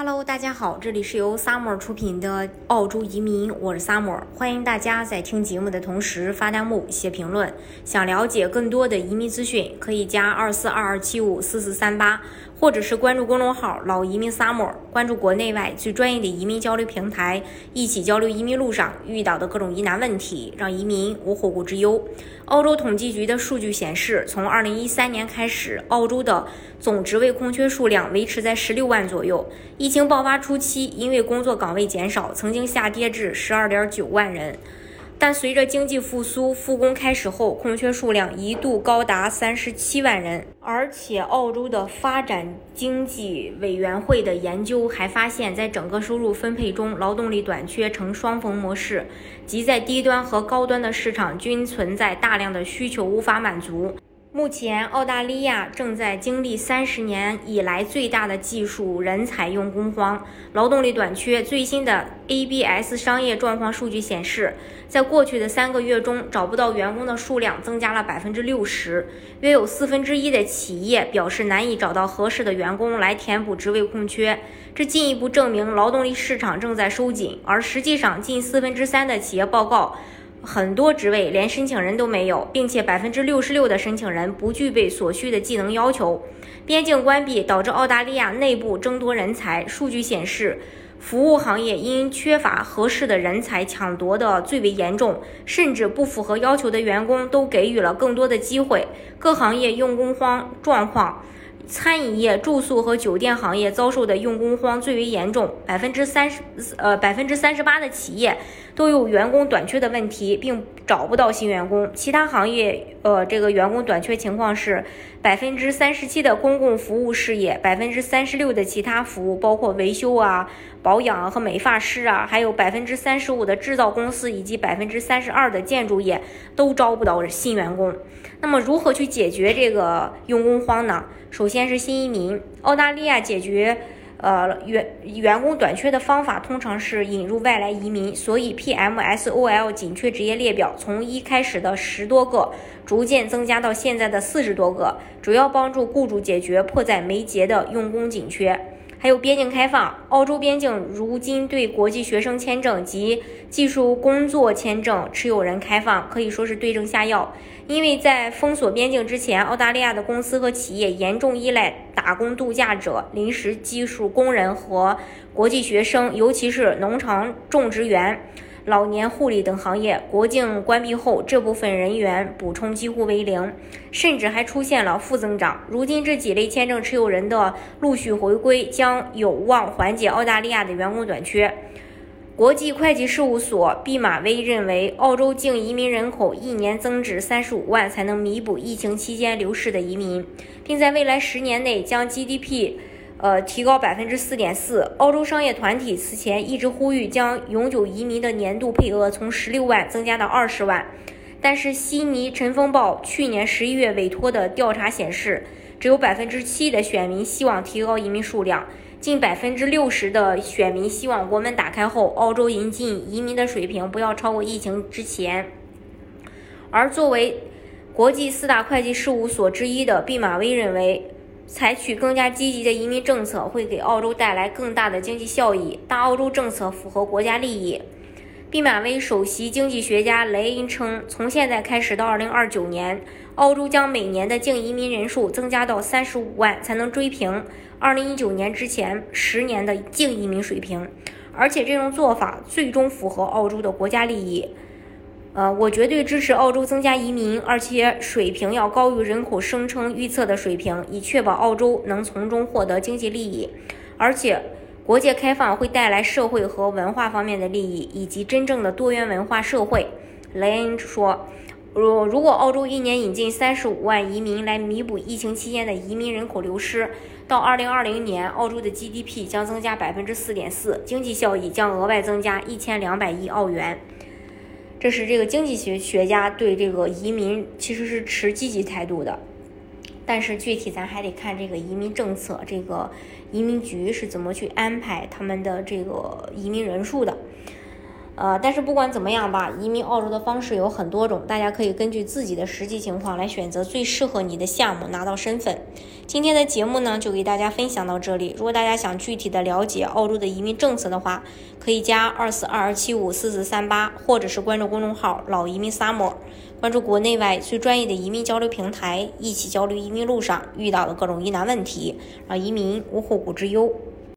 Hello， 大家好，这里是由 Summer 出品的澳洲移民，我是 Summer， 欢迎大家在听节目的同时发弹幕、写评论。想了解更多的移民资讯，可以加2422754438，或者是关注公众号老移民 Summer， 关注国内外最专业的移民交流平台，一起交流移民路上遇到的各种疑难问题，让移民无后顾之忧。澳洲统计局的数据显示，从2013年开始，澳洲的总职位空缺数量维持在16万左右。疫情爆发初期，因为工作岗位减少，曾经下跌至12.9万人。但随着经济复苏，复工开始后，空缺数量一度高达37万人。而且，澳洲的发展经济委员会的研究还发现，在整个收入分配中，劳动力短缺呈双缝模式，即在低端和高端的市场均存在大量的需求无法满足。目前，澳大利亚正在经历30年以来最大的技术人才用工荒，劳动力短缺。最新的 ABS 商业状况数据显示，在过去的3个月中，找不到员工的数量增加了60%，约有1/4的企业表示难以找到合适的员工来填补职位空缺。这进一步证明劳动力市场正在收紧，而实际上近3/4的企业报告很多职位连申请人都没有，并且66%的申请人不具备所需的技能要求。边境关闭导致澳大利亚内部争夺人才。数据显示，服务行业因缺乏合适的人才抢夺的最为严重，甚至不符合要求的员工都给予了更多的机会。各行业用工荒状况，餐饮业、住宿和酒店行业遭受的用工荒最为严重，38%的企业都有员工短缺的问题，并找不到新员工。其他行业这个员工短缺情况是37%的公共服务事业，36%的其他服务，包括维修啊、保养和美发师啊，还有35%的制造公司以及32%的建筑业都招不到新员工。那么如何去解决这个用工荒呢？首先是新移民。澳大利亚解决员工短缺的方法通常是引入外来移民，所以 PMSOL 紧缺职业列表从一开始的10多个逐渐增加到现在的40多个，主要帮助雇主解决迫在眉睫的用工紧缺。还有边境开放，澳洲边境如今对国际学生签证及技术工作签证持有人开放，可以说是对症下药。因为在封锁边境之前，澳大利亚的公司和企业严重依赖打工度假者、临时技术工人和国际学生，尤其是农场种植园、老年护理等行业。国境关闭后，这部分人员补充几乎为零，甚至还出现了负增长。如今这几类签证持有人的陆续回归，将有望缓解澳大利亚的员工短缺。国际会计事务所毕马威认为，澳洲净移民人口1年增至35万才能弥补疫情期间流失的移民，并在未来10年内将 GDP提高4.4%。澳洲商业团体此前一直呼吁将永久移民的年度配额从16万增加到20万，但是悉尼晨风报去年11月委托的调查显示，只有7%的选民希望提高移民数量，近60%的选民希望国门打开后，澳洲引进移民的水平不要超过疫情之前。而作为国际4大会计事务所之一的毕马威认为，采取更加积极的移民政策会给澳洲带来更大的经济效益，大澳洲政策符合国家利益。毕马威首席经济学家雷恩称，从现在开始到2029年，澳洲将每年的净移民人数增加到35万，才能追平2019年之前10年的净移民水平。而且这种做法最终符合澳洲的国家利益。我绝对支持澳洲增加移民，而且水平要高于人口声称预测的水平，以确保澳洲能从中获得经济利益。而且国界开放会带来社会和文化方面的利益，以及真正的多元文化社会。雷恩说，如果澳洲一年引进35万移民来弥补疫情期间的移民人口流失，到2020年，澳洲的 GDP 将增加4.4%，经济效益将额外增加1200亿澳元。这是这个经济学家对这个移民其实是持积极态度的，但是具体咱还得看这个移民政策，这个移民局是怎么去安排他们的这个移民人数的。 但是不管怎么样吧，移民澳洲的方式有很多种，大家可以根据自己的实际情况来选择最适合你的项目，拿到身份。今天的节目呢，就给大家分享到这里。如果大家想具体的了解澳洲的移民政策的话，可以加242754438，或者是关注公众号老移民 Summer， 关注国内外最专业的移民交流平台，一起交流移民路上遇到的各种疑难问题，让移民无后顾之忧。